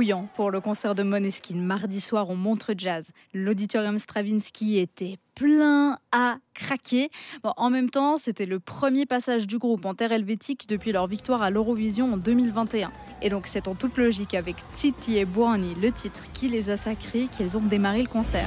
bouillant pour le concert de Måneskin mardi soir au Montreux Jazz. L'auditorium Stravinsky était plein à craquer. En même temps, c'était le premier passage du groupe en terre helvétique depuis leur victoire à l'Eurovision en 2021. Et donc c'est en toute logique avec Titi et Buoni, le titre qui les a sacrés, qu'ils ont démarré le concert.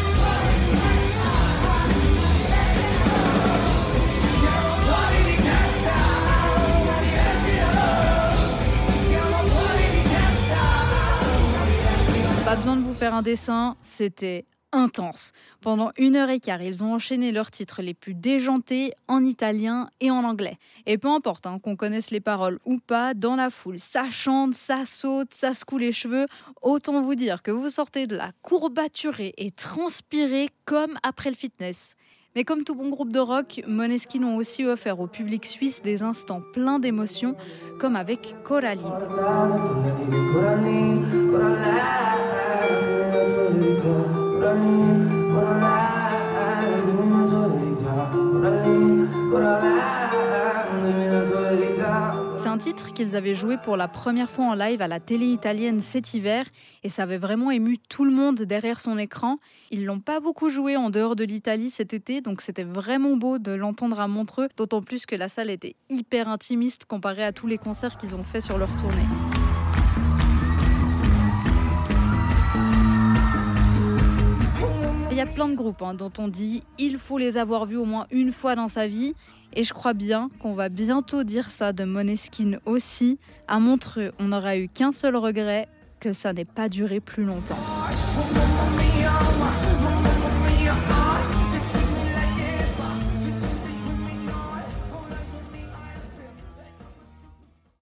Pas besoin de vous faire un dessin, c'était intense. Pendant 1h15, ils ont enchaîné leurs titres les plus déjantés en italien et en anglais. Et peu importe qu'on connaisse les paroles ou pas, dans la foule, ça chante, ça saute, ça secoue les cheveux. Autant vous dire que vous sortez de là courbaturé et transpiré comme après le fitness. Mais comme tout bon groupe de rock, Måneskin ont aussi offert au public suisse des instants pleins d'émotions, comme avec Coraline. C'est un titre qu'ils avaient joué pour la première fois en live à la télé italienne cet hiver et ça avait vraiment ému tout le monde derrière son écran. Ils l'ont pas beaucoup joué en dehors de l'Italie cet été, donc c'était vraiment beau de l'entendre à Montreux, d'autant plus que la salle était hyper intimiste comparée à tous les concerts qu'ils ont fait sur leur tournée. Il y a plein de groupes dont on dit il faut les avoir vus au moins une fois dans sa vie. Et je crois bien qu'on va bientôt dire ça de Måneskin aussi. À Montreux, on n'aura eu qu'un seul regret, que ça n'ait pas duré plus longtemps.